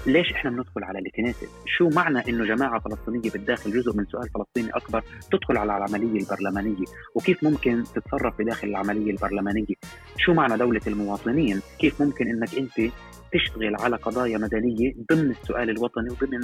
ليش احنا بندخل على الكنيست؟ شو معنى انه جماعه فلسطينيه بالداخل جزء من سؤال فلسطيني اكبر تدخل على العمليه البرلمانيه؟ وكيف ممكن تتصرف بداخل العمليه البرلمانيه؟ شو معنى دوله المواطنين؟ كيف ممكن انك انت تشتغل على قضايا مدنيه ضمن السؤال الوطني وضمن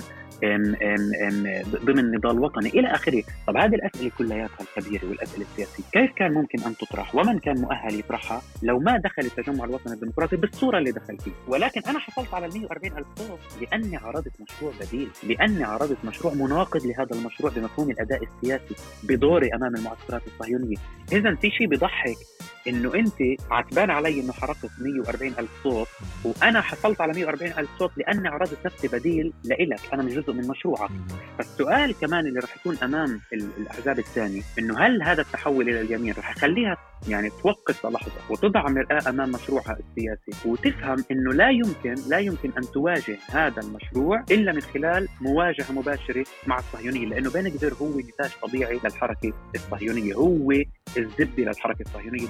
ضمن نضال وطني الى اخره؟ طب هذه الاسئله كلياتها الكبيره والاسئله السياسيه كيف كان ممكن ان تطرح ومن كان مؤهل يطرحها لو ما دخل التجمع الوطني الديمقراطي بالصوره اللي دخل فيه؟ ولكن انا حصلت على 140 الف صوت لاني عرضت مشروع بديل، لاني عرضت مشروع مناقض لهذا المشروع بمفهوم الاداء السياسي بدوري امام المعسكرات الصهيونيه. اذا في شيء بيضحك انه انت عتبان علي انه حرقت 140 الف صوت وانا حصلت على 140 الف صوت لاني عرضت نفسي بديل لإلك، انا مش جزء من مشروعك. فالسؤال كمان اللي راح يكون امام الاحزاب الثاني انه هل هذا التحول الى اليمين راح يخليها يعني توقف لحظه وتضع مرآة امام مشروعها السياسي وتفهم انه لا يمكن ان تواجه هذا المشروع الا من خلال مواجهه مباشره مع الصهيونيه، لانه بن غفير هو نتاج طبيعي للحركه الصهيونيه، هو الزبده للحركه الصهيونيه.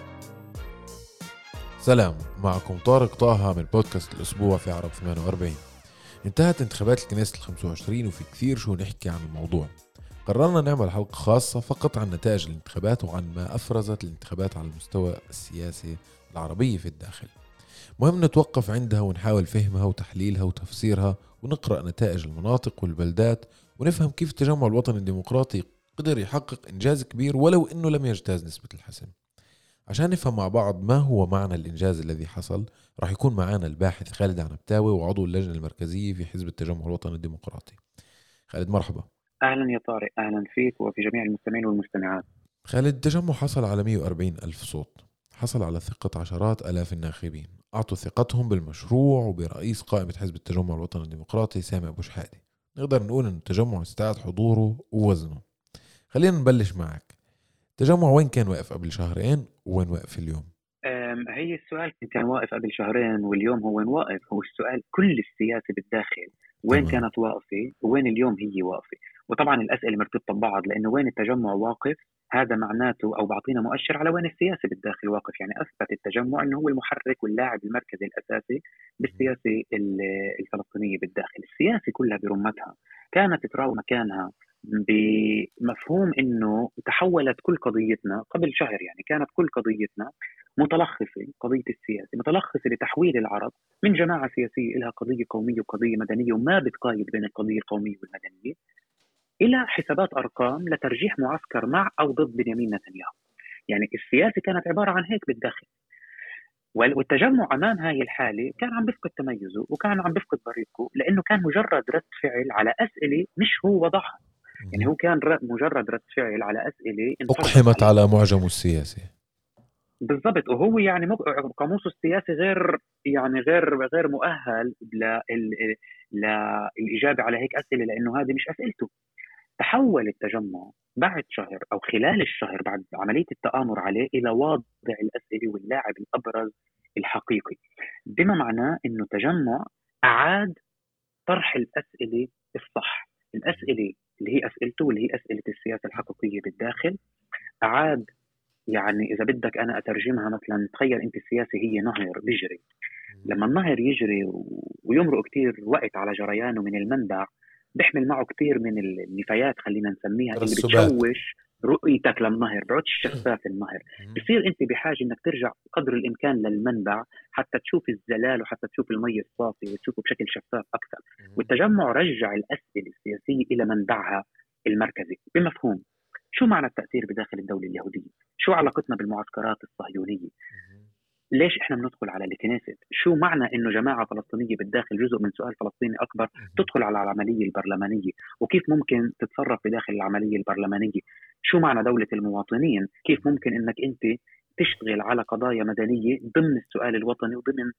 سلام، معكم طارق طه من بودكاست الأسبوع في عرب 48. انتهت انتخابات الكنيست ال25 وفي كثير شو نحكي عن الموضوع. قررنا نعمل حلقة خاصة فقط عن نتائج الانتخابات وعن ما أفرزت الانتخابات على المستوى السياسي العربي في الداخل. مهم نتوقف عندها ونحاول فهمها وتحليلها وتفسيرها ونقرأ نتائج المناطق والبلدات ونفهم كيف التجمع الوطني الديمقراطي قدر يحقق إنجاز كبير ولو إنه لم يجتاز نسبة الحسم. عشان نفهم مع بعض ما هو معنى الإنجاز الذي حصل راح يكون معنا الباحث خالد عنبتاوي وعضو اللجنة المركزية في حزب التجمع الوطني الديمقراطي. خالد مرحبا. أهلا يا طارق، أهلا فيك وفي جميع المستمعين والمستمعات. خالد، التجمع حصل على 140 ألف صوت، حصل على ثقة عشرات ألاف الناخبين، أعطوا ثقتهم بالمشروع وبرئيس قائمة حزب التجمع الوطني الديمقراطي سامي أبو شحادة. نقدر نقول أن التجمع استعاد حضوره ووزنه. خلينا نبلش معك. التجمع وين كان واقف قبل شهرين وين واقف اليوم؟ هي السؤال كان واقف قبل شهرين واليوم هو وين واقف، هو السؤال كل السياسة بالداخل وين تمام. كانت واقفة وين اليوم هي واقفة. وطبعا الأسئلة مرتبطة ببعض، لأنه وين التجمع واقف هذا معناته أو بعطينا مؤشر على وين السياسة بالداخل واقف. يعني أثبت التجمع أنه هو المحرك واللاعب المركزي الأساسي بالسياسة الفلسطينية بالداخل. السياسة كلها برمتها كانت تراوي مكانها بمفهوم أنه تحولت كل قضيتنا قبل شهر، يعني كانت كل قضيتنا متلخصة، قضية السياسة متلخصة لتحويل العرب من جماعة سياسية إلى قضية قومية وقضية مدنية وما بتقايد بين القضية القومية والمدنية، إلى حسابات أرقام لترجيح معسكر مع أو ضد بنيامين نتنياهو. يعني السياسة كانت عبارة عن هيك بالداخل. والتجمع أمام هاي الحالة كان عم بفقد تميزه وكان عم بفقد طريقه، لأنه كان مجرد رد فعل على أسئلة مش هو وضعها. يعني هو كان مجرد رد فعل على أسئلة أقحمت على معجمه السياسي. بالضبط. وهو يعني قاموسه السياسي غير يعني غير مؤهل للإجابة على هيك أسئلة، لأنه هذه مش أسئلته. تحول التجمع بعد شهر أو خلال الشهر بعد عملية التآمر عليه إلى واضع الأسئلة واللاعب الأبرز الحقيقي، بما معناه أنه تجمع أعاد طرح الأسئلة الصح، الأسئلة اللي هي أسئلته واللي هي أسئلة السياسة الحقيقية بالداخل. أعاد يعني إذا بدك أنا أترجمها مثلا، تخيل أنت السياسة هي نهر بيجري، لما النهر يجري ويمرق كتير وقت على جريانه من المنبع بيحمل معه كتير من النفايات خلينا نسميها اللي بتشوش رؤيتك للنهر، بعدش شفاف النهر. بصير أنت بحاجة أنك ترجع قدر الإمكان للمنبع حتى تشوف الزلال وحتى تشوف المية الصافية وتشوفه بشكل شفاف أكثر. والتجمع رجع الأسئلة السياسية إلى منبعها المركزي بمفهوم شو معنى التأثير بداخل الدولة اليهودية، شو علاقتنا بالمعسكرات الصهيونية، ليش احنا بندخل على الكنيست، شو معنى انه جماعة فلسطينية بالداخل جزء من سؤال فلسطيني اكبر تدخل على العملية البرلمانية، وكيف ممكن تتصرف بداخل العملية البرلمانية، شو معنى دولة المواطنين، كيف ممكن انك انت تشتغل على قضايا مدنية ضمن السؤال الوطني وضمن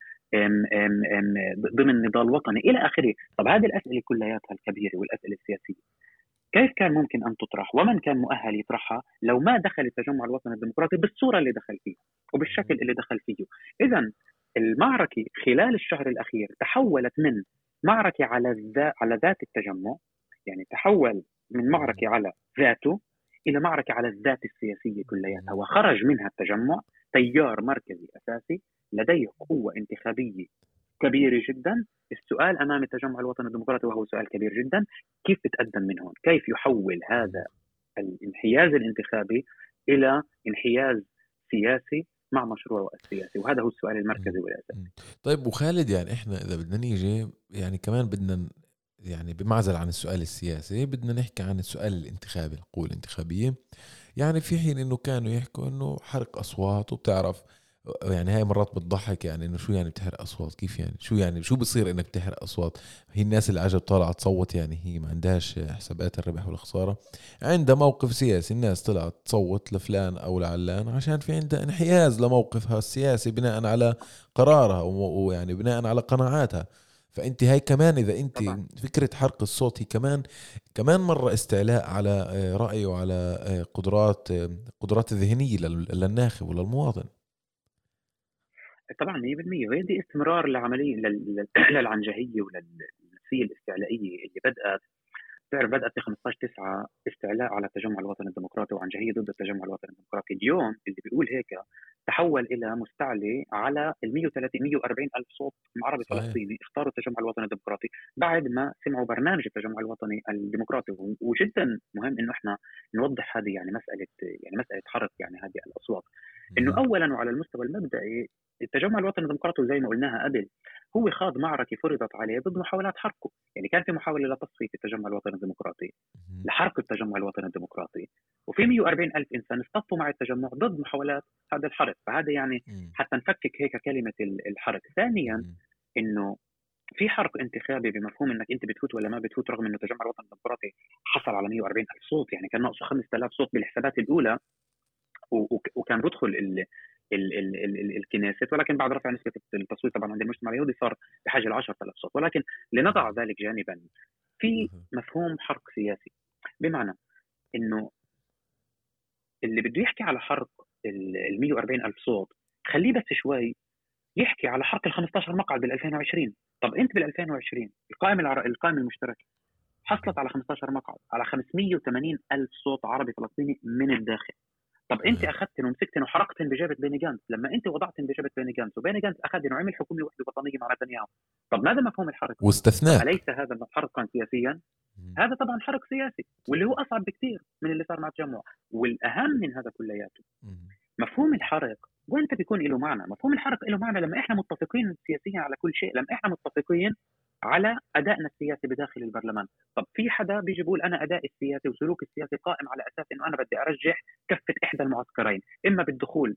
ضمن نضال وطني الى اخره. طب هذه الاسئلة كلياتها الكبيرة والاسئلة السياسية كيف كان ممكن أن تطرح ومن كان مؤهل يطرحها لو ما دخل التجمع الوطني الديمقراطي بالصورة اللي دخل فيها وبالشكل اللي دخل فيه؟ إذن المعركة خلال الشهر الأخير تحولت من معركة على ذات التجمع، يعني تحول من معركة على ذاته إلى معركة على الذات السياسية كلياتها، وخرج منها التجمع تيار مركزي أساسي لديه قوة انتخابية كبيرة جدا. السؤال أمام التجمع الوطني الديمقراطي وهو سؤال كبير جدا: كيف بتقدم من هون؟ كيف يحول هذا الانحياز الانتخابي إلى انحياز سياسي مع مشروعه السياسي؟ وهذا هو السؤال المركزي والأساسي. طيب وخالد، يعني احنا اذا بدنا نيجي يعني كمان بدنا يعني بمعزل عن السؤال السياسي بدنا نحكي عن السؤال الانتخابي، القوى الانتخابية. يعني في حين انه كانوا يحكوا انه حرق اصوات، وبتعرف يعني هاي مرات بتضحك، يعني انه شو يعني بتحرق اصوات؟ كيف يعني شو بصير انك بتحرق اصوات؟ هي الناس اللي عجب طالعه تصوت، يعني هي ما عندهاش حسابات الربح والخساره؟ عندها موقف سياسي، الناس طلعت تصوت لفلان او لعلان عشان في عندها انحياز لموقفها السياسي بناء على قرارها ويعني بناء على قناعاتها. فانت هاي كمان اذا انت طبعا فكره حرق الصوت هي كمان مره استعلاء على راي وعلى قدرات الذهنيه للناخب وللمواطن. طبعا 100%. وهي دي استمرار لعملية للعنجهية وللنفسية الاستعلائية اللي بدأت في 15/9 استعلاء على التجمع الوطني الديمقراطي وعنجهية ضد التجمع الوطني الديمقراطي. اليوم اللي بيقول هيك تحول إلى مستعلي على ال 140 ألف صوت عربي صحيح. فلسطيني اختاروا التجمع الوطني الديمقراطي بعد ما سمعوا برنامج التجمع الوطني الديمقراطي. وجدا مهم إنه إحنا نوضح هذه يعني مسألة حرق يعني هذه الأصوات. إنه أولا وعلى المستوى المبدئي التجمع الوطني الديمقراطي زي ما قلناها قبل هو خاض معركة فرضت عليه ضد محاولات حرقه. يعني كان في محاولة لتصفية التجمع الوطني الديمقراطي، لحرق التجمع الوطني الديمقراطي، وفي 140 ألف إنسان اصطفوا مع التجمع ضد محاولات هذا الحرق. فهذا يعني حتى نفكك هيك كلمة الحرق. ثانيا إنه في حرق انتخابي بمفهوم انك انت بتفوت ولا ما بتفوت، رغم انه التجمع الوطني الديمقراطي حصل على 140 ألف صوت، يعني كان ناقصه 5000 صوت بالحسابات الاولى، وكان بدخل الكنيست، ولكن بعد رفع نسبة التصويت طبعا عند المجتمع اليهودي صار بحاجة ل 10,000 صوت. ولكن لنضع ذلك جانبا، في مفهوم حرق سياسي، بمعنى انه اللي بده يحكي على حرق ال 140 ألف صوت خليه بس شوي يحكي على حرق ال 15 مقعد بال 2020. طب انت بال 2020 القائمة المشتركة حصلت على 15 مقعد على 580 ألف صوت عربي فلسطيني من الداخل. طب انت اخذتن ومسكتن وحرقتن بجبهه بيني جانس، لما انت وضعتن بجبهه بيني جانس وبيني جانس اخذن وعمل حكومه وحده وطنيه مع نتنياهو. طب ماذا مفهوم الحرق؟ طب واستثناء. اليس هذا حرقا سياسيا؟ هذا طبعا حرق سياسي، واللي هو اصعب بكثير من اللي صار مع التجمع. والاهم من هذا كلياته مفهوم الحرق وين بيكون له معنى. مفهوم الحرق له معنى لما احنا متفقين سياسيا على كل شيء، لما احنا متفقين على ادائنا السياسي بداخل البرلمان. طب في حدا بيجي بيقول انا ادائي السياسي وسلوكي السياسي قائم على اساس انه انا بدي ارجح كفه احدى المعسكرين، اما بالدخول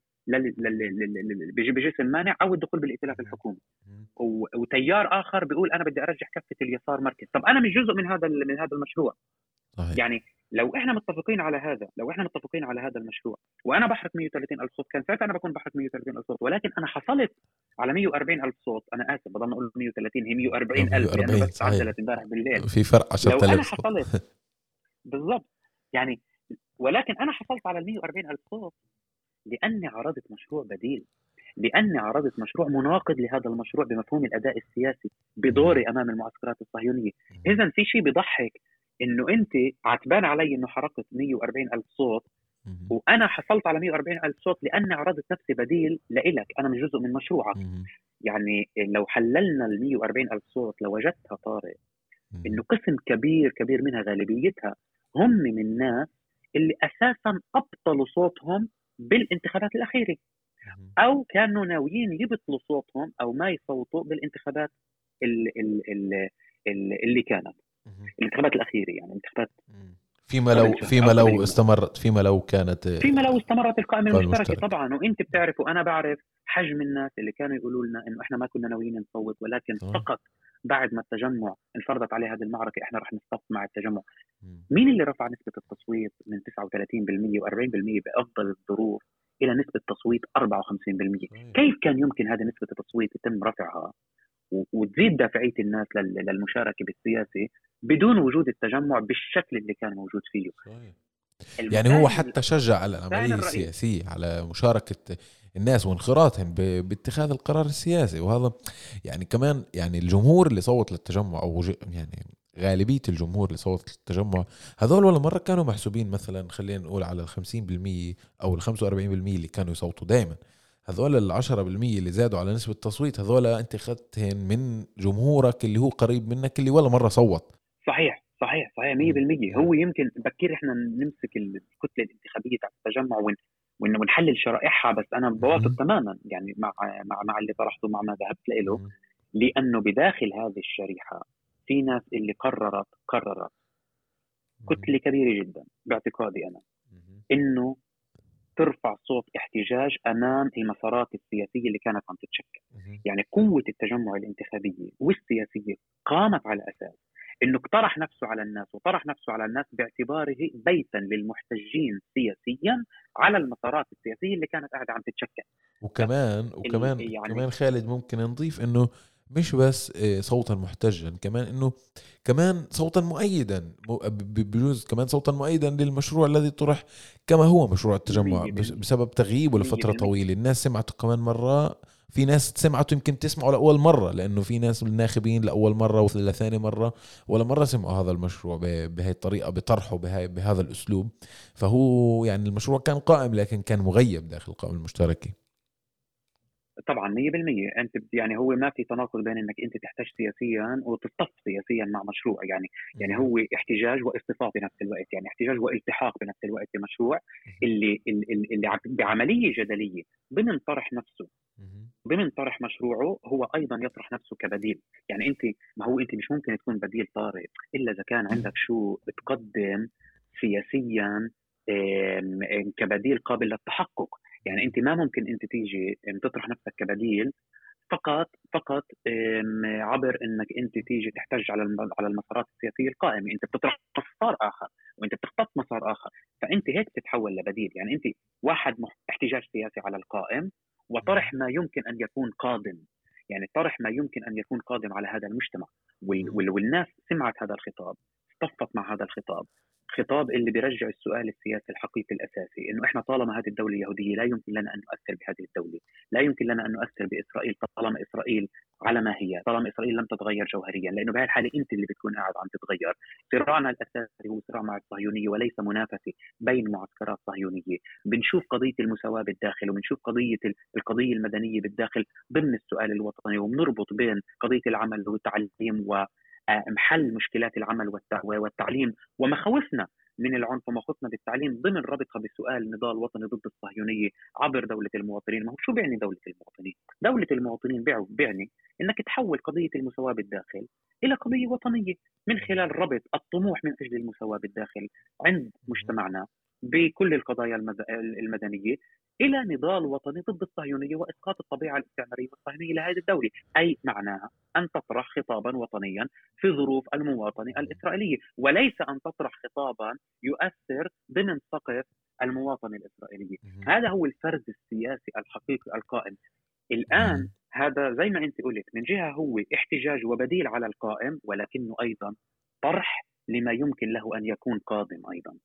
بجسم مانع او الدخول بالائتلاف الحكومي، وتيار اخر بيقول انا بدي ارجح كفه اليسار مركز. طب انا مش جزء من هذا المشروع. صحيح. يعني لو احنا متفقين على هذا المشروع وانا بحرق 130 ألف صوت، كان ساعتها انا بكون بحرق 130 ألف صوت، ولكن انا حصلت على 140 ألف صوت. انا اسف بضل اقول 130، هي 140 ألف لانه بس تعدلت امبارح بالليل. في فرق 10,000 لو انا حصلت بالضبط يعني، ولكن انا حصلت على 140 ألف صوت لاني عرضت مشروع بديل، لاني عرضت مشروع مناقض لهذا المشروع بمفهوم الاداء السياسي بدوري امام المعسكرات الصهيونيه. اذا في شيء بيضحك انه انت عتبان علي انه حرقت 140 ألف صوت وانا حصلت على 140 ألف صوت لاني عرضت نفسي بديل لإلك، انا مش جزء من مشروعك. يعني لو حللنا ال 140 ألف صوت لوجدتها طارق انه قسم كبير منها غالبيتها هم من الناس اللي اساسا ابطلوا صوتهم بالانتخابات الاخيره، او كانوا ناويين يبطلوا صوتهم او ما يصوتوا بالانتخابات اللي كانت الانتخابات الاخيره، يعني انتخابات فيما لو استمرت القائمه المشتركه. طبعا وانت بتعرف وانا بعرف حجم الناس اللي كانوا يقولوا لنا انه احنا ما كنا ناويين نصوت، ولكن فقط بعد ما التجمع انفرضت عليه هذه المعركه احنا رح نصطف مع التجمع. مين اللي رفع نسبه التصويت من 39% و40% بافضل الظروف الى نسبه تصويت 54%؟ كيف كان يمكن هذه نسبه التصويت يتم رفعها وتزيد دافعيه الناس للمشاركه بالسياسه بدون وجود التجمع بالشكل اللي كان موجود فيه؟ يعني هو حتى شجع على العمليه السياسيه، على مشاركه الناس وانخراطهم باتخاذ القرار السياسي. وهذا يعني كمان يعني الجمهور اللي صوت للتجمع او يعني غالبيه الجمهور اللي صوت للتجمع هذول ولا مره كانوا محسوبين، مثلا خلينا نقول على 50% او 45% اللي كانوا يصوتوا دائما. هذول 10% اللي زادوا على نسبة التصويت، هذول انت اخذتهن من جمهورك اللي هو قريب منك اللي ولا مرة صوت. صحيح 100%. هو يمكن بكير احنا نمسك الكتله الانتخابيه تاع التجمع ونحلل شرائحها، بس انا بوافق تماما يعني مع اللي طرحته، مع ما ذهبت له، لانه بداخل هذه الشريحه في ناس اللي قررت كتله كبيره جدا باعتقادي انا انه ترفع صوت احتجاج امام المسارات السياسيه اللي كانت عم تتشكل. يعني قوه التجمع الانتخابيه والسياسيه قامت على اساس انه اقترح نفسه على الناس، وطرح نفسه على الناس باعتباره بيتا للمحتجين سياسيا على المسارات السياسيه اللي كانت قاعده عم تتشكل. وكمان يعني كمان خالد ممكن نضيف انه مش بس صوتا محتجا، كمان انه كمان صوتا مؤيدا، بجوز كمان صوتا مؤيدا للمشروع الذي طرح كما هو مشروع التجمع بسبب تغييبه لفترة طويلة. الناس سمعته كمان مرة، في ناس سمعته يمكن تسمعه لأول مرة، لأنه في ناس من الناخبين لأول مرة ولا ثاني مرة ولا مرة سمعوا هذا المشروع بهذه الطريقة، بطرحه بهذا الأسلوب. فهو يعني المشروع كان قائم لكن كان مغيب داخل القائمة المشتركة. طبعا 100%. انت يعني هو ما في تناقض بين انك انت تحتاج سياسيا وتصطف سياسيا مع مشروع، يعني هو احتجاج واصطفاف بنفس الوقت، يعني احتجاج والتحاق بنفس الوقت بمشروع اللي بعمليه جدليه ضمن طرح نفسه، ضمن طرح مشروعه هو ايضا يطرح نفسه كبديل. يعني انت، ما هو انت مش ممكن تكون بديل طارئ الا اذا كان عندك شو بتقدم سياسيا كبديل قابل للتحقق. يعني انت ما ممكن انت تيجي تطرح نفسك كبديل فقط عبر انك انت تيجي تحتج على المسارات السياسيه القائمه. انت بتطرح مسار اخر وانت بتخطط مسار اخر، فانت هيك تتحول لبديل. يعني انت واحد احتجاج سياسي على القائم وطرح ما يمكن ان يكون قادم، يعني طرح ما يمكن ان يكون قادم على هذا المجتمع، والناس سمعت هذا الخطاب، اصطفت مع هذا الخطاب، خطاب اللي بيرجع السؤال السياسي الحقيقي الاساسي، انه احنا طالما هذه الدوله اليهوديه لا يمكن لنا ان نؤثر بهذه الدوله، لا يمكن لنا ان نؤثر باسرائيل طالما اسرائيل على ما هي، طالما اسرائيل لم تتغير جوهريا، لانه بهذه الحاله انت اللي بتكون قاعد عم تتغير. صراعنا الاساسي هو صراع مع الصهيونيه وليس منافسه بين معسكرات صهيونيه. بنشوف قضيه المساواه بالداخل، وبنشوف القضيه المدنيه بالداخل ضمن السؤال الوطني، وبنربط بين قضيه العمل والتعليم ومحل مشكلات العمل والتعليم ومخاوفنا من العنف ومخاوفنا بالتعليم ضمن ربطها بسؤال نضال وطني ضد الصهيونيه عبر دوله المواطنين. ما هو شو بيعني دوله المواطنين؟ دوله المواطنين بيعني انك تحول قضيه المساواه بالداخل الى قضيه وطنيه من خلال ربط الطموح من اجل المساواه بالداخل عند مجتمعنا بكل القضايا المدنيه الى نضال وطني ضد الصهيونيه واسقاط الطبيعه الاستعماريه والصهيونيه لهذه الدوله. اي معناها ان تطرح خطابا وطنيا في ظروف المواطنه الاسرائيليه، وليس ان تطرح خطابا يؤثر ضمن سقف المواطنه الاسرائيليه. هذا هو الفرز السياسي الحقيقي القائم الان. هذا زي ما انت قلت، من جهه هو احتجاج وبديل على القائم، ولكنه ايضا طرح لما يمكن له ان يكون قادم ايضا.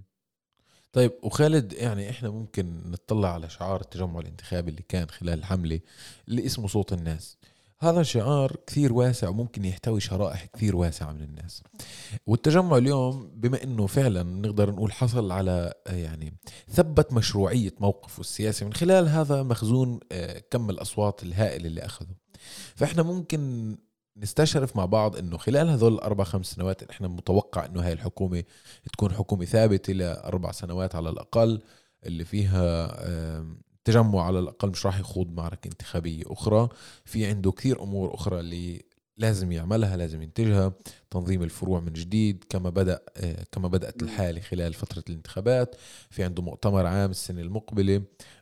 طيب وخالد، يعني احنا ممكن نطلع على شعار التجمع الانتخابي اللي كان خلال الحملة اللي اسمه صوت الناس. هذا شعار كثير واسع وممكن يحتوي شرائح كثير واسعة من الناس. والتجمع اليوم بما انه فعلا نقدر نقول حصل على يعني ثبت مشروعية موقفه السياسي من خلال هذا مخزون كم الأصوات الهائل اللي أخذه، فإحنا ممكن نستشرف مع بعض انه خلال هذول 4-5 سنوات احنا متوقع انه هاي الحكومة تكون حكومة ثابتة ل4 سنوات على الاقل، اللي فيها تجمع على الاقل مش راح يخوض معركة انتخابية اخرى. في عنده كثير امور اخرى اللي لازم يعملها، لازم ينتجها، تنظيم الفروع من جديد كما بدأت الحالة خلال فترة الانتخابات. في عنده مؤتمر عام السنة المقبلة،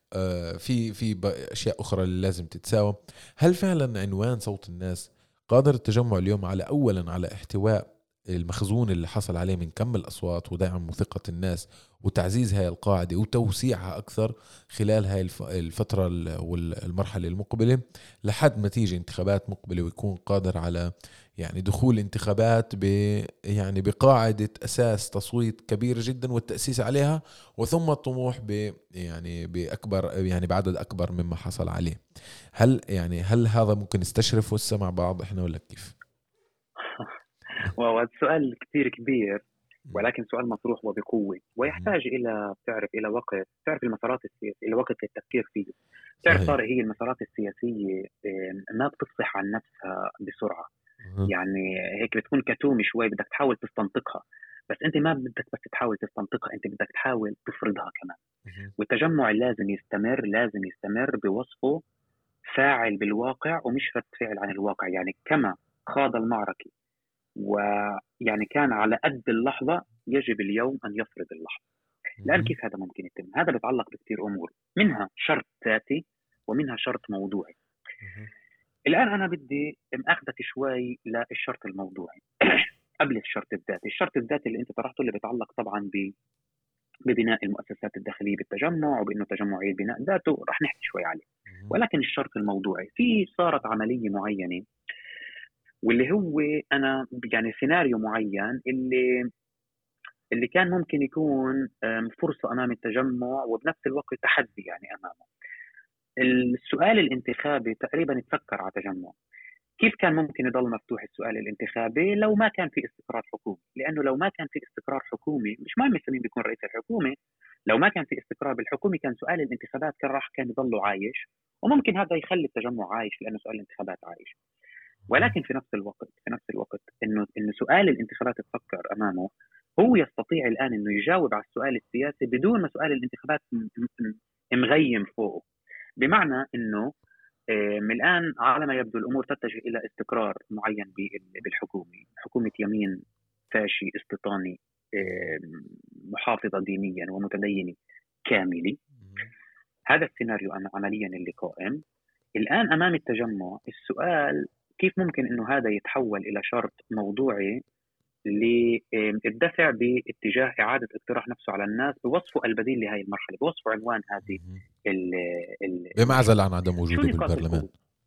في اشياء اخرى اللي لازم تتساوى. هل فعلا عنوان صوت الناس قادر التجمع اليوم على أولا على احتواء المخزون اللي حصل عليه من كم الأصوات ودعم وثقة الناس وتعزيز هاي القاعدة وتوسيعها أكثر خلال هاي الفترة والمرحلة المقبلة لحد ما تيجي انتخابات مقبلة، ويكون قادر على يعني دخول انتخابات يعني بقاعدة أساس تصويت كبير جدا والتأسيس عليها، وثم الطموح يعني بأكبر يعني بعدد أكبر مما حصل عليه. هل هذا ممكن نستشرف وسه مع بعض احنا ولا كيف؟ وهذا سؤال كثير كبير، ولكن سؤال مطروح وبقوة ويحتاج إلى إلى وقت، تعرف المسارات السياسية، إلى وقت للتفكير فيه. تعرف طارق، هي المسارات السياسية ما بتفصح عن نفسها بسرعة. يعني هيك بتكون كتومة شوي، بدك تحاول تستنطقها، بس أنت ما بدك بس تحاول تستنطقها، أنت بدك تحاول تفرضها كمان. والتجمع لازم يستمر بوصفه فاعل بالواقع ومش رد فعل عن الواقع. يعني كما خاض المعركة ويعني كان على قد اللحظة، يجب اليوم أن يفرض اللحظة. الآن كيف هذا ممكن يتم؟ هذا بيتعلق بكثير أمور، منها شرط ذاتي ومنها شرط موضوعي. الآن أنا بدي أخذك شوي للشرط الموضوعي قبل الشرط الذاتي. الشرط الذاتي اللي أنت طرحته اللي بيتعلق طبعا ببناء المؤسسات الداخلية بالتجمع، وبأنه تجمع يعيد بناء ذاته، رح نحكي شوي عليه. ولكن الشرط الموضوعي، في صارت عملية معينة واللي هو أنا يعني سيناريو معين اللي كان ممكن يكون فرصة أمام التجمع وبنفس الوقت تحدي يعني أمامه. السؤال الانتخابي تقريبا تفكر على تجمع. كيف كان ممكن يضل مفتوح السؤال الانتخابي لو ما كان في استقرار حكومي؟ لأنه لو ما كان في استقرار حكومي، مش مهم مين بيكون رئيس الحكومة، لو ما كان في استقرار بالحكومة كان سؤال الانتخابات كان يضل عايش، وممكن هذا يخلي التجمع عايش لأنه سؤال الانتخابات عايش. ولكن في نفس الوقت إنه سؤال الانتخابات تفكر أمامه، هو يستطيع الآن إنه يجاوب على السؤال السياسي بدون ما سؤال الانتخابات مغيم فوقه. بمعنى إنه من الآن على ما يبدو الأمور تتجه إلى استقرار معين بالحكومة، حكومة يمين فاشي استيطاني محافظة دينيا ومتدينة كاملة. هذا السيناريو عمليا اللي قائم الآن أمام التجمع. السؤال كيف ممكن إنه هذا يتحول إلى شرط موضوعي للدفع باتجاه إعادة اقتراح نفسه على الناس بوصفه البديل لهذه المرحلة، بوصفه عنوان هذه بمعزل عن عدم وجوده بالبرلمان.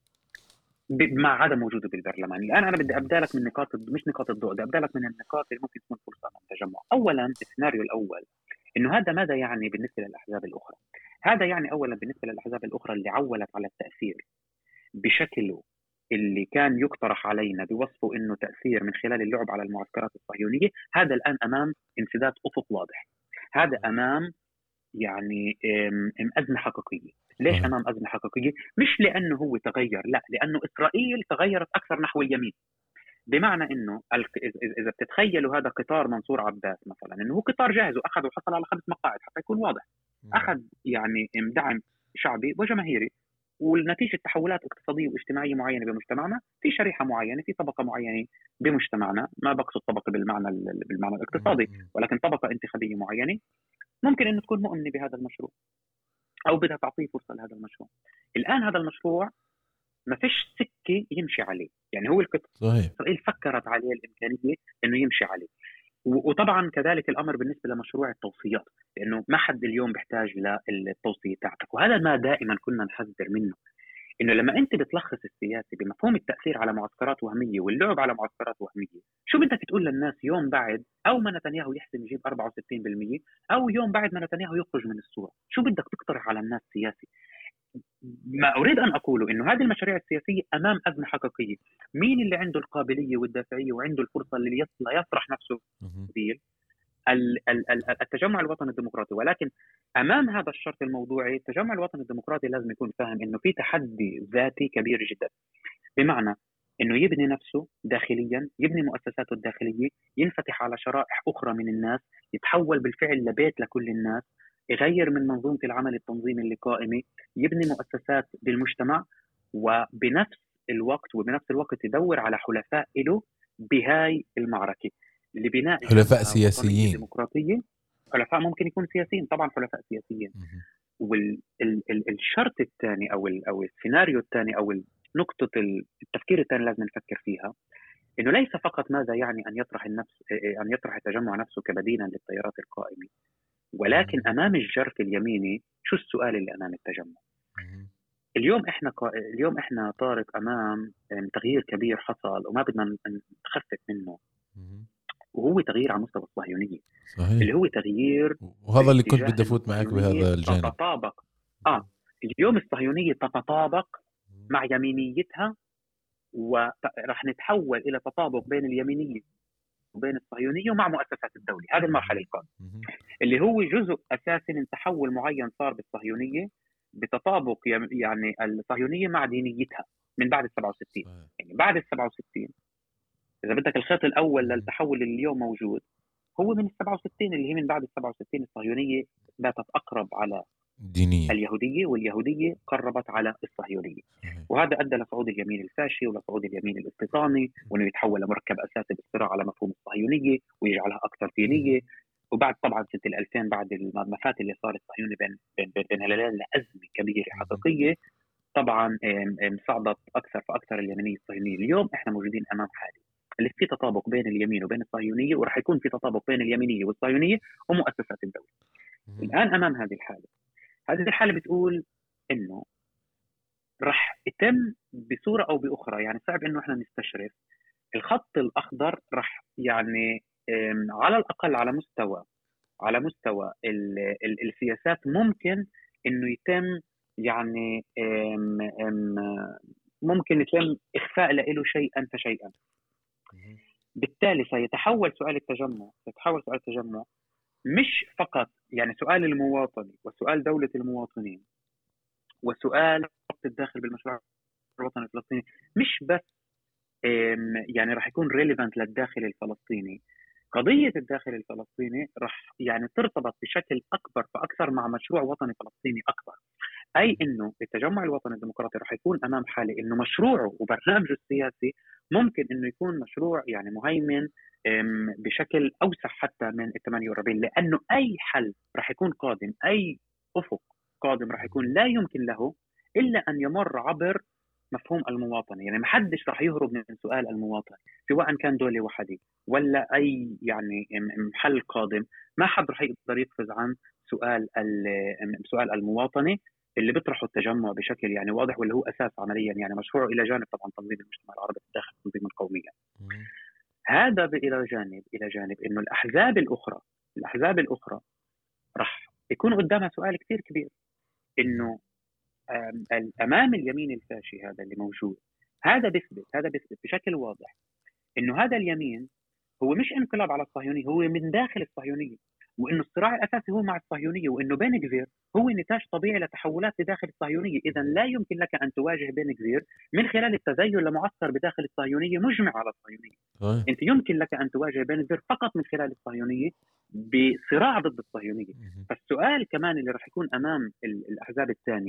مع عدم وجوده بالبرلمان. الآن أنا بدي أبدأ لك من مش نقاط الضوء، بدي أبدأ لك من النقاط اللي ممكن تكون فرصة للتجمع. أولا السيناريو الأول، إنه هذا ماذا يعني بالنسبة للأحزاب الأخرى؟ هذا يعني أولا بالنسبة للأحزاب الأخرى اللي عولت على التأثير بشكله اللي كان يقترح علينا بوصفه إنه تأثير من خلال اللعب على المعسكرات الصهيونية، هذا الآن أمام انسداد أفق واضح. هذا أمام يعني أزمة حقيقية. ليش أمام أزمة حقيقية؟ مش لأنه هو تغير، لا، لأنه إسرائيل تغيرت أكثر نحو اليمين. بمعنى إنه إذا بتتخيلوا هذا قطار منصور عباس مثلا، إنه هو قطار جاهز وأخذ وحصل على 5 مقاعد حتى يكون واضح، أخذ يعني دعم شعبي وجماهيري، والنتيجة تحولات اقتصادية واجتماعية معينة بمجتمعنا، في شريحة معينة، في طبقة معينة بمجتمعنا، ما بقصد طبقة بالمعنى الاقتصادي، ولكن طبقة انتخابية معينة ممكن أن تكون مؤمنة بهذا المشروع أو بدها تعطيه فرصة لهذا المشروع. الآن هذا المشروع ما فيش سكة يمشي عليه، يعني هو إسرائيل فكرت عليه الإمكانية أنه يمشي عليه. وطبعا كذلك الأمر بالنسبة لمشروع التوصيات، لأنه ما حد اليوم بيحتاج للتوصية تاعتك، وهذا ما دائما كنا نحذر منه، إنه لما أنت بتلخص السياسي بمفهوم التأثير على معسكرات وهمية واللعب على معسكرات وهمية، شو بدك تقول للناس يوم بعد أو ما نتنياهو يحسن يجيب 64% أو يوم بعد ما نتنياهو يخرج من الصورة؟ شو بدك تقترح على الناس سياسي؟ ما أريد أن أقوله إنه هذه المشاريع السياسية أمام أزمة حقيقية. مين اللي عنده القابلية والدافعية وعنده الفرصة اللي يطرح نفسه ديل؟ التجمع الوطني الديمقراطي. ولكن أمام هذا الشرط الموضوعي التجمع الوطني الديمقراطي لازم يكون فاهم إنه في تحدي ذاتي كبير جدا، بمعنى إنه يبني نفسه داخليا، يبني مؤسساته الداخلية، ينفتح على شرائح أخرى من الناس، يتحول بالفعل لبيت لكل الناس، يغير من منظومة العمل التنظيمي اللي قائمة، يبني مؤسسات بالمجتمع، وبنفس الوقت يدور على حلفاء له بهاي المعركة لبناء حلفاء سياسيين ديمقراطية. حلفاء ممكن يكون سياسيين، طبعا حلفاء سياسيين. والشرط الثاني أو السيناريو الثاني أو نقطة التفكير الثاني لازم نفكر فيها، إنه ليس فقط ماذا يعني أن يطرح التجمع نفسه كبديلا للتيارات القائمة، ولكن أمام الجرف اليميني شو السؤال اللي أمام التجمع؟ اليوم إحنا طارق أمام تغيير كبير حصل وما بدنا نخفف منه، وهو تغيير على مستوى الصهيونية. صحيح. اللي هو تغيير، وهذا اللي كنت بدي أفوت معك بهذا الجانب. تتطابق اليوم الصهيونية تتطابق مع يمينيتها، ورح نتحول إلى تطابق بين اليمينية بين الصهيونية ومع مؤسسات الدولة. هذه المرحلة القادمة اللي هو جزء أساسي من تحول معين صار بالصهيونية بتطابق يعني الصهيونية مع دينيتها من بعد 67. يعني بعد 67 إذا بدك الخط الأول للتحول اللي اليوم موجود هو من 67، اللي هي من بعد 67 الصهيونية باتت أقرب على دينية اليهودية، واليهودية قربت على الصهيونية. وهذا أدى لصعود اليمين الفاشي ولصعود اليمين الاستيطاني، وأنه يتحول لمركب أساسي بالصراع على مفهوم الصهيونية ويجعلها أكثر دينية. وبعد طبعا سنة 2000 بعد المفات اللي صار الصهيوني بين هلالين لأزمة كبيرة حقيقية، طبعا صعدت أكثر فأكثر اليمينية الصهيونية. اليوم إحنا موجودين أمام حالة اللي في تطابق بين اليمين وبين الصهيونية، ورح يكون في تطابق بين اليمينية والصهيونية ومؤسسات الدولة. الآن أمام هذه الحالة، هذه الحالة بتقول إنه رح يتم بصورة أو بأخرى، يعني صعب إنه إحنا نستشرف الخط الأخضر، رح يعني على الأقل على مستوى السياسات ممكن إنه يتم يعني ممكن يتم إخفاء له شيئا فشيئا. بالتالي سيتحول سؤال التجمع مش فقط يعني سؤال المواطن وسؤال دولة المواطنين وسؤال وقت الداخل بالمشروع الوطني الفلسطيني، مش بس يعني راح يكون ريليفانت للداخل الفلسطيني. قضية الداخل الفلسطيني راح يعني ترتبط بشكل أكبر فأكثر مع مشروع وطني فلسطيني أكبر، أي إنه التجمع الوطني الديمقراطي راح يكون أمام حالة إنه مشروعه وبرنامجه السياسي ممكن إنه يكون مشروع يعني مهيمن بشكل أوسع حتى من 48، لأنه أي حل راح يكون قادم، أي أفق قادم راح يكون لا يمكن له إلا أن يمر عبر مفهوم المواطنة. يعني ما حدش راح يهرب من سؤال المواطن، سواء كان دولة وحدة ولا أي يعني حل قادم، ما حد راح يقدر يقفز عن سؤال المواطنة اللي بيطرحه التجمع بشكل يعني واضح، واللي هو أساس عمليا يعني مشروعه إلى جانب طبعا تنظيم المجتمع العربي داخل تنظيم القومية. هذا إلى جانب إنه الأحزاب الأخرى راح يكون قدامها سؤال كتير كبير، إنه أمام اليمين الفاشي هذا اللي موجود، هذا بيثبت بشكل واضح إنه هذا اليمين هو مش انقلاب على الصهيونية، هو من داخل الصهيونية، وإنه الصراع الأساسي هو مع الصهيونية، وإنه بن غفير هو نتاج طبيعي لتحولات بداخل الصهيونية. إذا لا يمكن لك أن تواجه بن غفير من خلال التزين لمعسكر بداخل الصهيونية مجمع على الصهيونية. أنت يمكن لك أن تواجه بن غفير فقط من خلال الصهيونية بصراع ضد الصهيونية. فالسؤال كمان اللي راح يكون أمام الأحزاب الثانية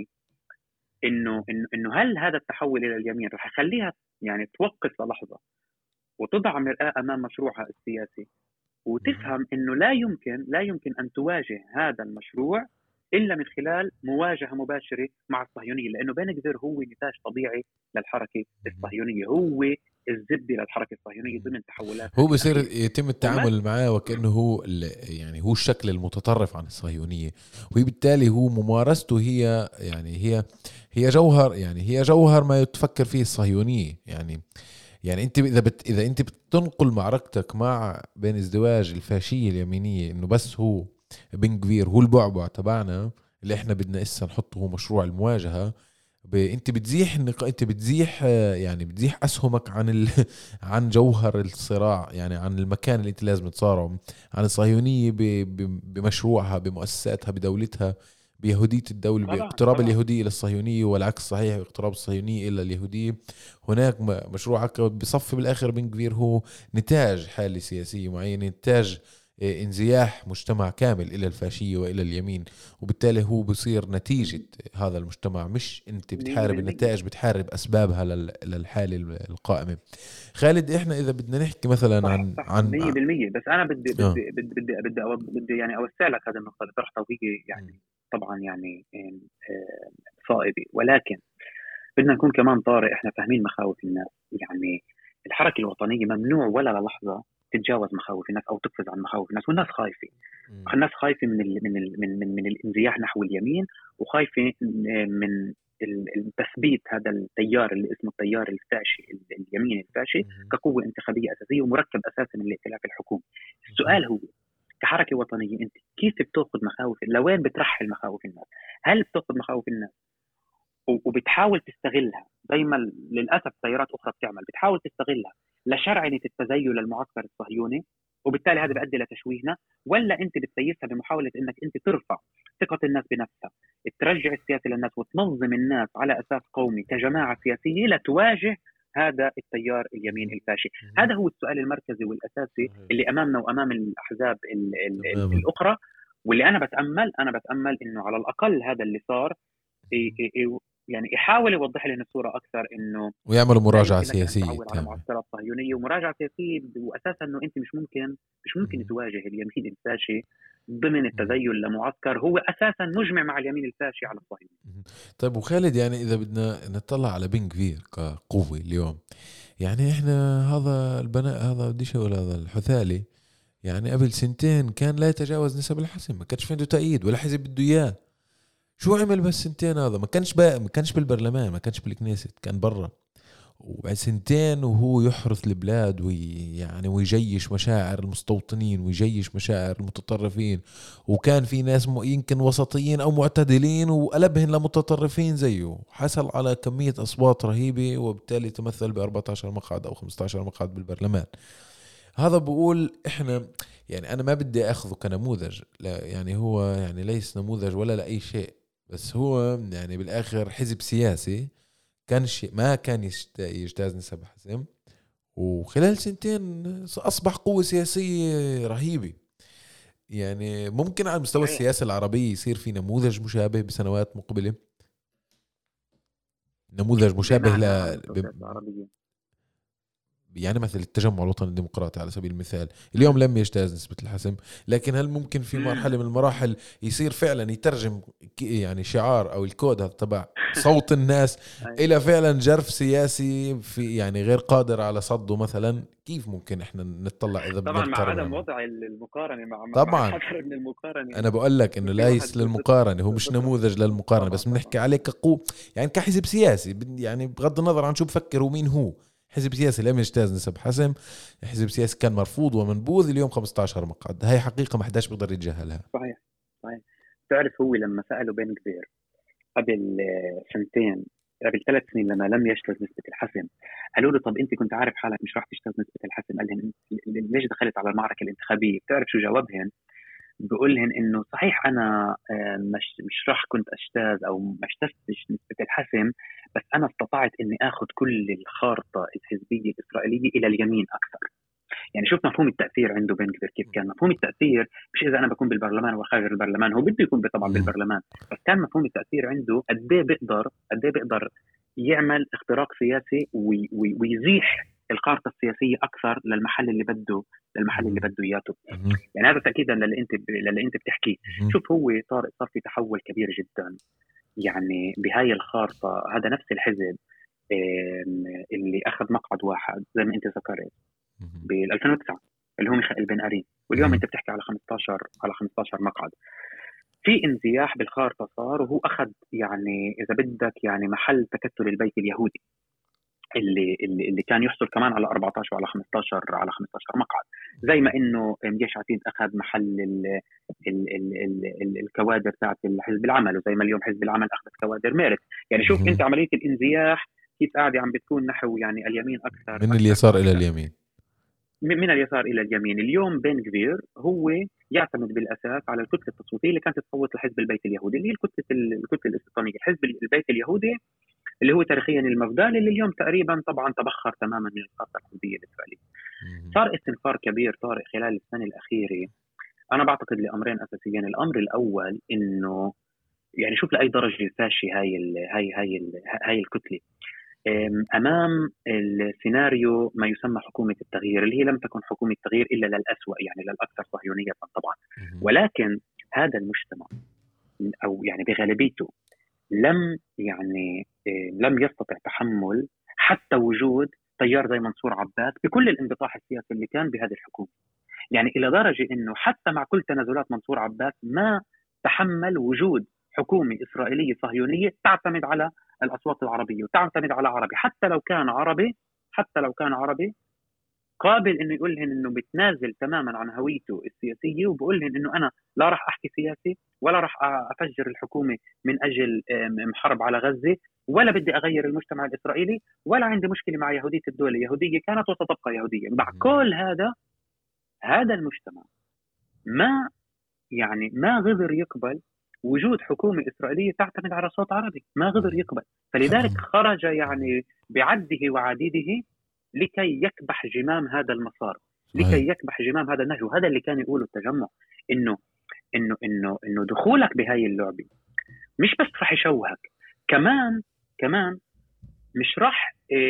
إنه هل هذا التحول إلى اليمين راح يخليها يعني توقف للحظة وتضع مرآة أمام مشروعها السياسي، وتفهم إنه لا يمكن أن تواجه هذا المشروع إلا من خلال مواجهة مباشرة مع الصهيونية، لأنه بن غفير هو نتاج طبيعي للحركة الصهيونية، هو الزبدة للحركة الصهيونية ضمن تحولات. هو بصير يتم التعامل معاه وكأنه هو يعني هو الشكل المتطرف عن الصهيونية، وبالتالي هو ممارسته هي يعني هي جوهر، يعني هي جوهر ما تفكر فيه الصهيونية. يعني انت اذا انت بتنقل معركتك مع بين ازدواج الفاشية اليمينية انه بس هو بن غفير هو البعبع تبعنا اللي احنا بدنا اسا نحطه هو مشروع المواجهة، انت بتزيح يعني بتزيح اسهمك عن جوهر الصراع، يعني عن المكان اللي انت لازم تصارعه، عن الصهيونية بمشروعها بمؤسساتها بدولتها بيهودية الدولة، باقتراب اليهودية إلى الصهيونية، والعكس صحيح، باقتراب الصهيونية إلى اليهودية. هناك مشروع بصفي بالآخر بن غفير هو نتاج حالة سياسية معينة، نتاج انزياح مجتمع كامل إلى الفاشية وإلى اليمين، وبالتالي هو بصير نتيجة هذا المجتمع، مش أنت بتحارب النتائج، بتحارب أسبابها للحالة القائمة. خالد، إحنا إذا بدنا نحكي مثلا عن 100%، بس أنا بدي يعني أوسع لك هذه النقطة اللي طرحتها، وهي يعني طبعا يعني صائبة، ولكن بدنا نكون كمان طارئ. احنا فاهمين مخاوف الناس، يعني الحركة الوطنية ممنوع ولا للحظة تتجاوز مخاوف الناس او تقفز عن مخاوف الناس، والناس خايفة. الناس خايفة من الانزياح نحو اليمين، وخايفة من التثبيت هذا التيار اللي اسمه التيار الفاشي، اليمين الفاشي، كقوة انتخابية أساسية ومركب أساسي من الائتلاف الحكومي. السؤال هو كحركة وطنية أنت كيف بتأخذ مخاوف؟ لوين بترحل مخاوف الناس؟ هل بتأخذ مخاوف الناس وبتحاول تستغلها زي ما للأسف تيارات أخرى بتعمل، بتحاول تستغلها لشرعنة التزيل للمعسكر الصهيوني، وبالتالي هذا بيؤدي لتشويهنا، ولا انت بتسيسها بمحاوله انك انت ترفع ثقه الناس بنفسها، ترجع السياسه للناس وتنظم الناس على اساس قومي كجماعه سياسيه لتواجه هذا التيار اليمين الفاشي؟ هذا هو السؤال المركزي والاساسي اللي امامنا وامام الاحزاب الاخرى، واللي انا بتامل انه على الاقل هذا اللي صار يعني يحاول يوضح لنا الصوره اكثر، انه ويعملوا مراجعه يمكن لك ان سياسيه تعول على معسكرات صهيونيه ومراجعه سياسيه، واساسا انه انت مش ممكن تواجه اليمين الفاشي ضمن التذيل لمعسكر هو اساسا مجمع مع اليمين الفاشي على الصهيونيه. طيب وخالد، يعني اذا بدنا نطلع على بن كفير كقوه اليوم، يعني احنا هذا البناء، هذا بديش اقول هذا الحثالي، يعني قبل سنتين كان لا يتجاوز نسب الحسم، ما كانش عنده تأييد ولا حزب بده اياه. شو عمل بس سنتين؟ هذا ما كانش بالبرلمان، ما كانش بالكنيست، كان برا. وبعد سنتين وهو يحرث البلاد ويعني ويجيش مشاعر المستوطنين ويجيش مشاعر المتطرفين، وكان في ناس يمكن وسطيين او معتدلين وقلبهن لمتطرفين زيه، حصل على كمية اصوات رهيبة، وبالتالي تمثل ب 14 مقعد او 15 مقعد بالبرلمان. هذا بقول احنا، يعني انا ما بدي اخذه كنموذج، لا يعني هو يعني ليس نموذج ولا لاي شيء، بس هو يعني بالاخر حزب سياسي كان شيء ما كان يجتاز نسب حسم، وخلال سنتين أصبح قوة سياسية رهيبة. يعني ممكن على مستوى السياسة العربية يصير في نموذج مشابه بسنوات مقبلة، نموذج مشابه العربية، يعني مثل التجمع الوطني الديمقراطي على سبيل المثال، اليوم لم يجتاز نسبة الحسم، لكن هل ممكن في مرحلة من المراحل يصير فعلا يترجم يعني شعار أو الكود هذا تبع صوت الناس إلى فعلا جرف سياسي في يعني غير قادر على صده مثلا؟ كيف ممكن إحنا نطلع إذا بدنا طبعا مع نقارن؟ عدم وضع المقارنة مع طبعا الحذر من المقارنة. أنا بقول لك إنه ليس للمقارنة، هو مش نموذج للمقارنة، بس بنحكي عليه يعني كحزب سياسي، يعني بغض النظر عن شو بفكر ومين هو. حزب سياسي لم يجتاز نسب حسم، حزب سياسي كان مرفوض ومنبوذ، اليوم 15 مقعد، هاي حقيقة ما حداش بيقدر يتجاهلها. صحيح. تعرف هو لما سألوا بن كفير قبل سنتين، قبل 3 سنين لما لم يجتاز نسبة الحسم، قالوا له طب انت كنت عارف حالك مش راح تجتاز نسبة الحسم، قال لهم ليش دخلت على المعركة الانتخابية؟ بتعرف شو جوابهن؟ بقول لهم انه صحيح انا مش راح كنت اجتاز او ما اجتزتش نسبة الحسم، بس انا استطعت اني اخذ كل الخارطة الحزبية الاسرائيلية الى اليمين اكثر. يعني شوف مفهوم التاثير عنده بن كفير كيف كان. مفهوم التاثير مش اذا انا بكون بالبرلمان وخارج البرلمان، هو بده يكون طبعا بالبرلمان، بس كان مفهوم التاثير عنده قد ايه بيقدر يعمل اختراق سياسي ويزيح الخارطه السياسيه اكثر للمحل اللي بده اياه. يعني هذا تاكيدا للي انت بتحكيه. شوف هو صار في تحول كبير جدا يعني بهاي الخارطه. هذا نفس الحزب اللي اخذ مقعد واحد زي ما انت ذكرت بال 2009 اللي هو ميخائيل بن أرين، واليوم انت بتحكي على 15 مقعد. في انزياح بالخارطه صار، وهو اخذ يعني اذا بدك يعني محل تكتل البيت اليهودي اللي كان يحصل كمان على 14 وعلى 15 مقعد، زي ما انه يش عتيد اخذ محل الكوادر تاعت حزب العمل، وزي ما اليوم حزب العمل اخذ كوادر ميرت. يعني شوف انت عمليه الانزياح كيف قاعده عم بتكون نحو يعني اليمين اكثر من اليسار الى اليمين، من اليسار الى اليمين. اليوم بن كفير هو يعتمد بالاساس على الكتله التصويتيه اللي كانت تصوت لحزب البيت اليهودي، اللي هي الكتله الاستيطانيه. حزب البيت اليهودي اللي هو تاريخيا المفدال، اللي اليوم تقريبا طبعا تبخر تماما من الخارطه الحزبيه الاسرائيليه. صار استنفار كبير طارق خلال السنه الاخيره، انا بعتقد لامرين اساسيين. الامر الاول انه يعني شوف لاي درجه فاشي هاي الكتله امام السيناريو ما يسمى حكومه التغيير، اللي هي لم تكن حكومه تغيير الا للأسوأ، يعني للاكثر صهيونيه طبعا. ولكن هذا المجتمع او يعني بغالبيته لم يستطع تحمل حتى وجود تيار زي منصور عباس بكل الانبطاح السياسي اللي كان بهذه الحكومه. يعني الى درجه انه حتى مع كل تنازلات منصور عباس ما تحمل وجود حكومه اسرائيليه صهيونيه تعتمد على الاصوات العربيه وتعتمد على عربي، حتى لو كان عربي قابل انه يقول لهم انه بتنازل تماما عن هويته السياسيه، وبقول لهم انه انا لا راح احكي سياسي، ولا راح افجر الحكومه من اجل حرب على غزه، ولا بدي اغير المجتمع الاسرائيلي، ولا عندي مشكله مع يهوديه الدوله، يهوديه كانت وستبقى يهوديه. مع كل هذا المجتمع ما يعني ما قدر يقبل وجود حكومة إسرائيلية تعتمد على صوت عربي، ما قدر يقبل. فلذلك خرج يعني بعده وعديده لكي يكبح جمام هذا المسار، لكي يكبح جمام هذا النهج. وهذا اللي كان يقوله التجمع، إنه دخولك بهاي اللعبة مش بس راح يشوهك، كمان مش راح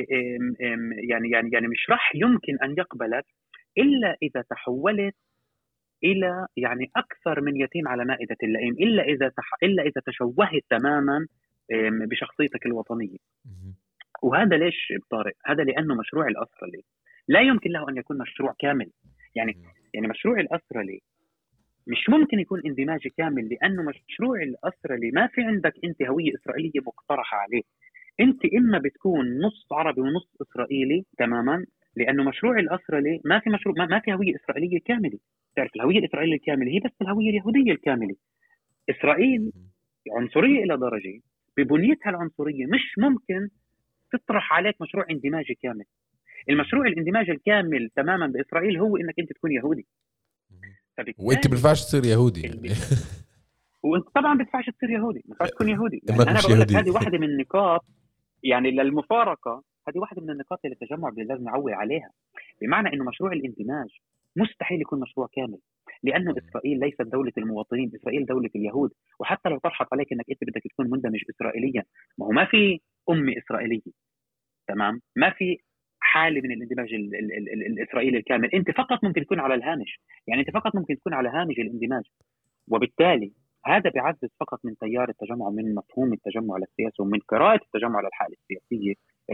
يعني مش راح يمكن أن يقبلك إلا إذا تحولت الى يعني اكثر من يتيم على مائده اللئيم، الا اذا تشوهت تماما بشخصيتك الوطنيه. وهذا ليش طارق؟ هذا لانه مشروع الاسرلي لا يمكن له ان يكون مشروع كامل. يعني مشروع الاسرلي مش ممكن يكون اندماجي كامل، لانه مشروع الاسرلي ما في عندك انت هويه اسرائيليه مقترحه عليه. انت اما بتكون نص عربي ونص اسرائيلي تماما، لانه مشروع الاسرلي ما في مشروع، ما في هويه اسرائيليه كامله. تعرف الهويه الاسرائيليه الكامله هي بس الهويه اليهوديه الكامله. اسرائيل عنصريه الى درجه ببنيتها العنصريه مش ممكن تطرح عليك مشروع اندماجي كامل. المشروع الاندماج الكامل تماما باسرائيل هو انك انت تكون يهودي. وانت بينفعش تصير يهودي يعني وانت طبعا بتنفعش تصير يهودي، ما ينفعش تكون يهودي. يعني ما انا مش بقول لك يهودي. هذه واحده من النقاط يعني للمفارقه، هذه واحده من النقاط اللي التجمع لازم نعول عليها. بمعنى انه مشروع الاندماج مستحيل يكون مشروع كامل، لانه اسرائيل ليست دوله المواطنين، اسرائيل دوله اليهود. وحتى لو طرحت عليك انك انت بدك تكون مندمج اسرائيليا، ما هو ما في اسرائيليه، تمام؟ ما في حاله من الاندماج الاسرائيلي الكامل. انت فقط ممكن تكون على الهامش، يعني انت فقط ممكن تكون على هامش الاندماج. وبالتالي هذا بيعزز فقط من تيار التجمع، من مفهوم التجمع للسياسه، ومن قراءه التجمع للحاله السياسيه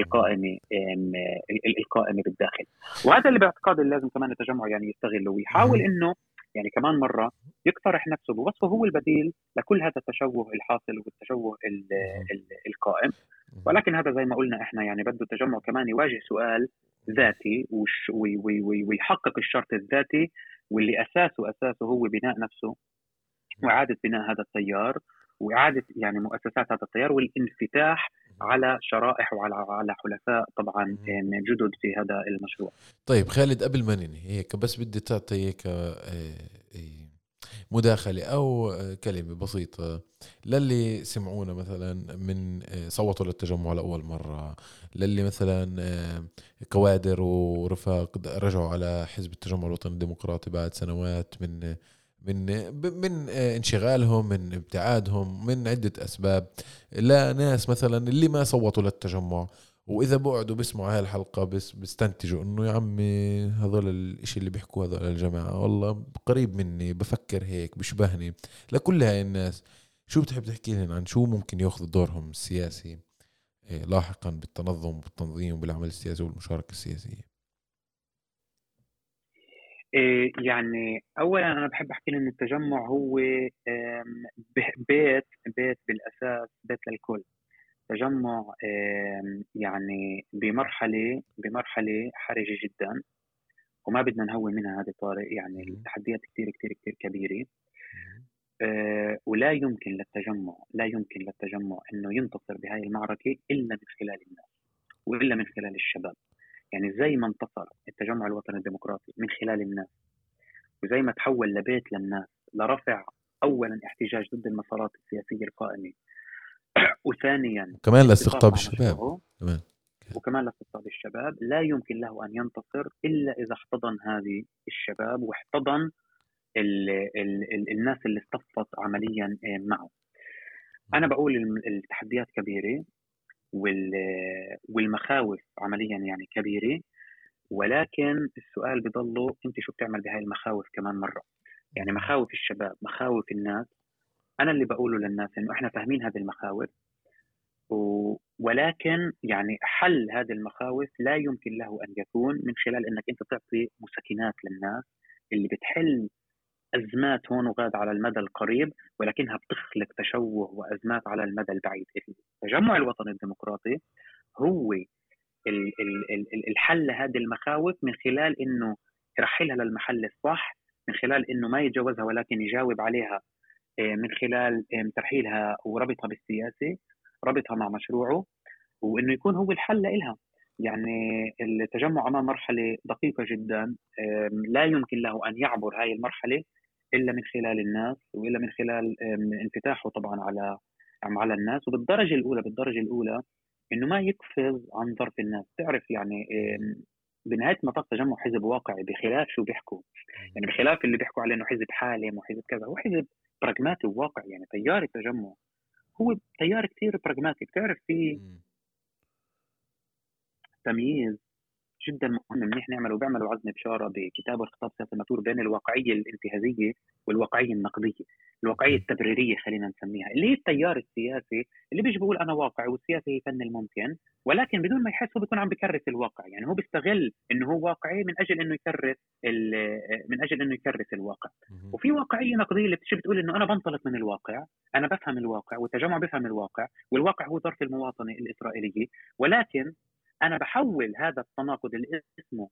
القائمه بالداخل. وهذا اللي باعتقاد لازم كمان التجمع يعني يستغله ويحاول انه يعني كمان مره يقترح نفسه بوصفه هو البديل لكل هذا التشوه الحاصل والتشوه القائم. ولكن هذا زي ما قلنا احنا يعني بده التجمع كمان يواجه سؤال ذاتي ويحقق الشرط الذاتي، واللي اساسه هو بناء نفسه، وإعادة بناء هذا التيار، وإعادة يعني مؤسسات هذا التيار، والانفتاح على شرائح وعلى حلفاء طبعا جدد في هذا المشروع. طيب خالد، قبل ما ننهي هيك بس بدي تعطي هيك مداخلة أو كلمة بسيطة للي سمعونا مثلا من صوتوا للتجمع لأول مرة، للي مثلا كوادر ورفاق رجعوا على حزب التجمع الوطني الديمقراطي بعد سنوات من انشغالهم، من ابتعادهم، من عدة أسباب، لناس مثلا اللي ما صوتوا للتجمع، وإذا بقعدوا بيسمعوا هاي الحلقة بس بيستنتجوا إنه يا عمي هذول الإشي اللي بيحكوا هذول الجماعة والله قريب مني، بفكر هيك، بشبهني. لكل هاي الناس شو بتحب تحكي لهم عن شو ممكن يأخذ دورهم السياسي لاحقا بالتنظم والتنظيم والعمل السياسي والمشاركة السياسية؟ يعني أولا أنا بحب أحكي إن التجمع هو بيت بالأساس، بيت للكل. تجمع يعني بمرحلة حرجة جدا، وما بدنا نهون منها هذه طارق. يعني التحديات كتير كتير كتير كبيرة. ولا يمكن للتجمع أنه ينتصر بهاي المعركة إلا من خلال الناس، وإلا من خلال الشباب. يعني زي ما انتصر التجمع الوطني الديمقراطي من خلال الناس، وزي ما تحول لبيت للناس لرفع أولا احتجاج ضد المسارات السياسية القائمة، وثانيا كمان لاستقطاب الشباب وكمان لاستقطاب الشباب، لا يمكن له أن ينتصر إلا إذا احتضن هذه الشباب واحتضن الناس اللي اصطفت عمليا معه. أنا بقول التحديات كبيرة والمخاوف عمليا يعني كبيرة، ولكن السؤال بضله أنت شو بتعمل بهاي المخاوف كمان مرة. يعني مخاوف الشباب، مخاوف الناس. أنا اللي بقوله للناس إنه إحنا فاهمين هذه المخاوف، ولكن يعني حل هذه المخاوف لا يمكن له أن يكون من خلال أنك أنت تعطي مسكنات للناس اللي بتحل أزمات هون وغاد على المدى القريب، ولكنها بتخلق تشوه وأزمات على المدى البعيد. التجمع الوطني الديمقراطي هو الحل هذه المخاوف من خلال انه يرحلها للمحل الصح، من خلال انه ما يتجاوزها ولكن يجاوب عليها، من خلال ترحيلها وربطها بالسياسة، ربطها مع مشروعه، وانه يكون هو الحل لها. يعني التجمع امام مرحله دقيقه جدا، لا يمكن له ان يعبر هاي المرحله الا من خلال الناس، والا من خلال انفتاحه طبعا على الناس. وبالدرجه الاولى انه ما يقفز عن ظرف الناس. تعرف يعني بنهايه المطاف تجمع حزب واقعي، بخلاف شو بيحكوا، يعني بخلاف اللي بيحكوا عليه انه حزب حالم وحزب كذا، هو حزب براغماتي وواقعي. يعني تيار التجمع هو تيار كثير براغماتي. بتعرف في تمييز جدا مهم منيح نعمله، وبيعملوا عزمي بشاره بكتابه الخطاب السياسي المثور بين الواقعيه الانتهازيه والواقعيه النقديه، الواقعيه التبريريه خلينا نسميها، اللي هي التيار السياسي اللي بيجي بيقول انا واقعي والسياسه هي فن الممكن، ولكن بدون ما يحس هو بيكون عم بكرس الواقع. يعني هو بيستغل انه هو واقعي من اجل انه يكرس الواقع. وفي واقعيه نقديه اللي بتيجي بتقول انه انا بنطلق من الواقع، انا بفهم الواقع، والتجمع بفهم الواقع، والواقع هو ظرف المواطنه الاسرائيليه، ولكن انا بحول هذا التناقض اللي اسمه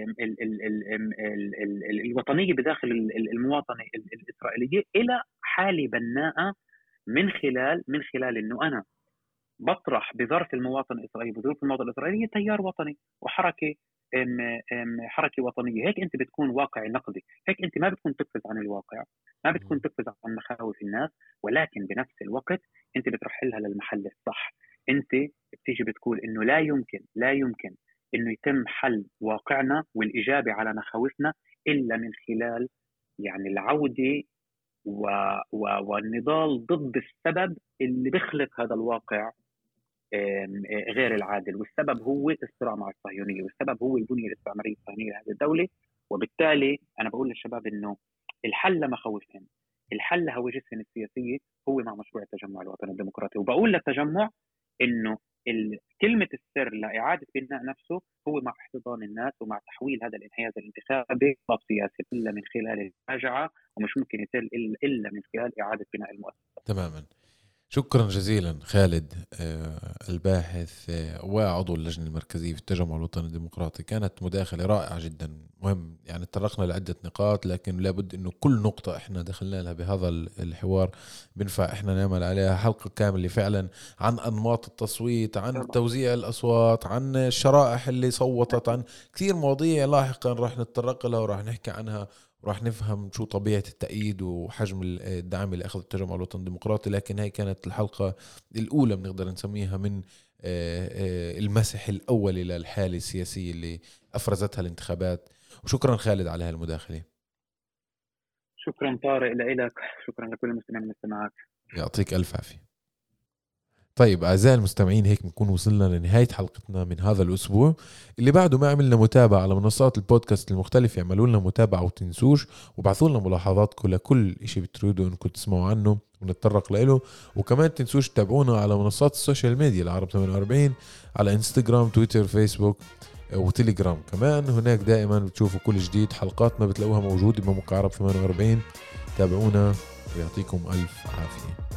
الوطنيه بداخل المواطنه الاسرائيليه الى حاله بناءه، من خلال انه انا بطرح بظرف المواطن الاسرائيلي، بظروف المواطن الاسرائيلي تيار وطني وحركه حركه وطنيه. هيك انت بتكون واقعي نقدي، هيك انت ما بتكون تقفز عن الواقع، ما بتكون تقفز عن مخاوف الناس، ولكن بنفس الوقت انت بترحلها للمحل الصح. انت بتيجي بتقول انه لا يمكن انه يتم حل واقعنا والاجابه على مخاوفنا الا من خلال يعني العوده والنضال ضد السبب اللي بيخلق هذا الواقع غير العادل. والسبب هو الصراع مع الصهيونيه، والسبب هو البنيه الاستعماريه الصهيونيه لهذه الدوله. وبالتالي انا بقول للشباب انه الحل لمخاوفهم، الحل لهوجسهم السياسيه هو مع مشروع التجمع الوطني الديمقراطي. وبقول للتجمع انه كلمه السر لاعاده بناء نفسه هو مع احتضان الناس ومع تحويل هذا الانحياز الانتخابي خطاب سياسي، الا من خلال المراجعه، ومش ممكن يتم الا من خلال اعاده بناء المؤسسه. تماما. شكرا جزيلا خالد الباحث وعضو اللجنة المركزية في التجمع الوطني الديمقراطي. كانت مداخلة رائعة جدا، مهم يعني تطرقنا لعدة نقاط، لكن لابد انه كل نقطة احنا دخلنا لها بهذا الحوار بنفع احنا نعمل عليها حلقة كاملة فعلا عن انماط التصويت، عن توزيع الاصوات، عن الشرائح اللي صوتت، عن كثير مواضيع لاحقا راح نتطرق لها وراح نحكي عنها، وراح نفهم شو طبيعة التأييد وحجم الدعم اللي أخذ التجمع الوطني الديمقراطي. لكن هاي كانت الحلقة الأولى بنقدر نسميها من المسح الأولي للحالة السياسية اللي أفرزتها الانتخابات. وشكرا خالد على هالمداخلة. شكرا طارق لك، شكرا لكل المستمعين والمستمعات، يعطيك ألف عافية. طيب أعزائي المستمعين، هيك بنكون وصلنا لنهاية حلقتنا من هذا الأسبوع. اللي بعده ما عملنا متابعة على منصات البودكاست المختلفة يعملوا لنا متابعة وتنسوش، وبعثوا لنا ملاحظاتكم لكل إشي بتريدوا إنكم تسمعوا عنه ونتطرق له. وكمان تنسوش تتابعونا على منصات السوشيال ميديا العرب 48 على انستغرام، تويتر، فيسبوك وتليجرام. كمان هناك دائما بتشوفوا كل جديد، حلقاتنا بتلاقوها موجودة بموقع عرب 48. تابعونا ويعطيكم ألف عافية.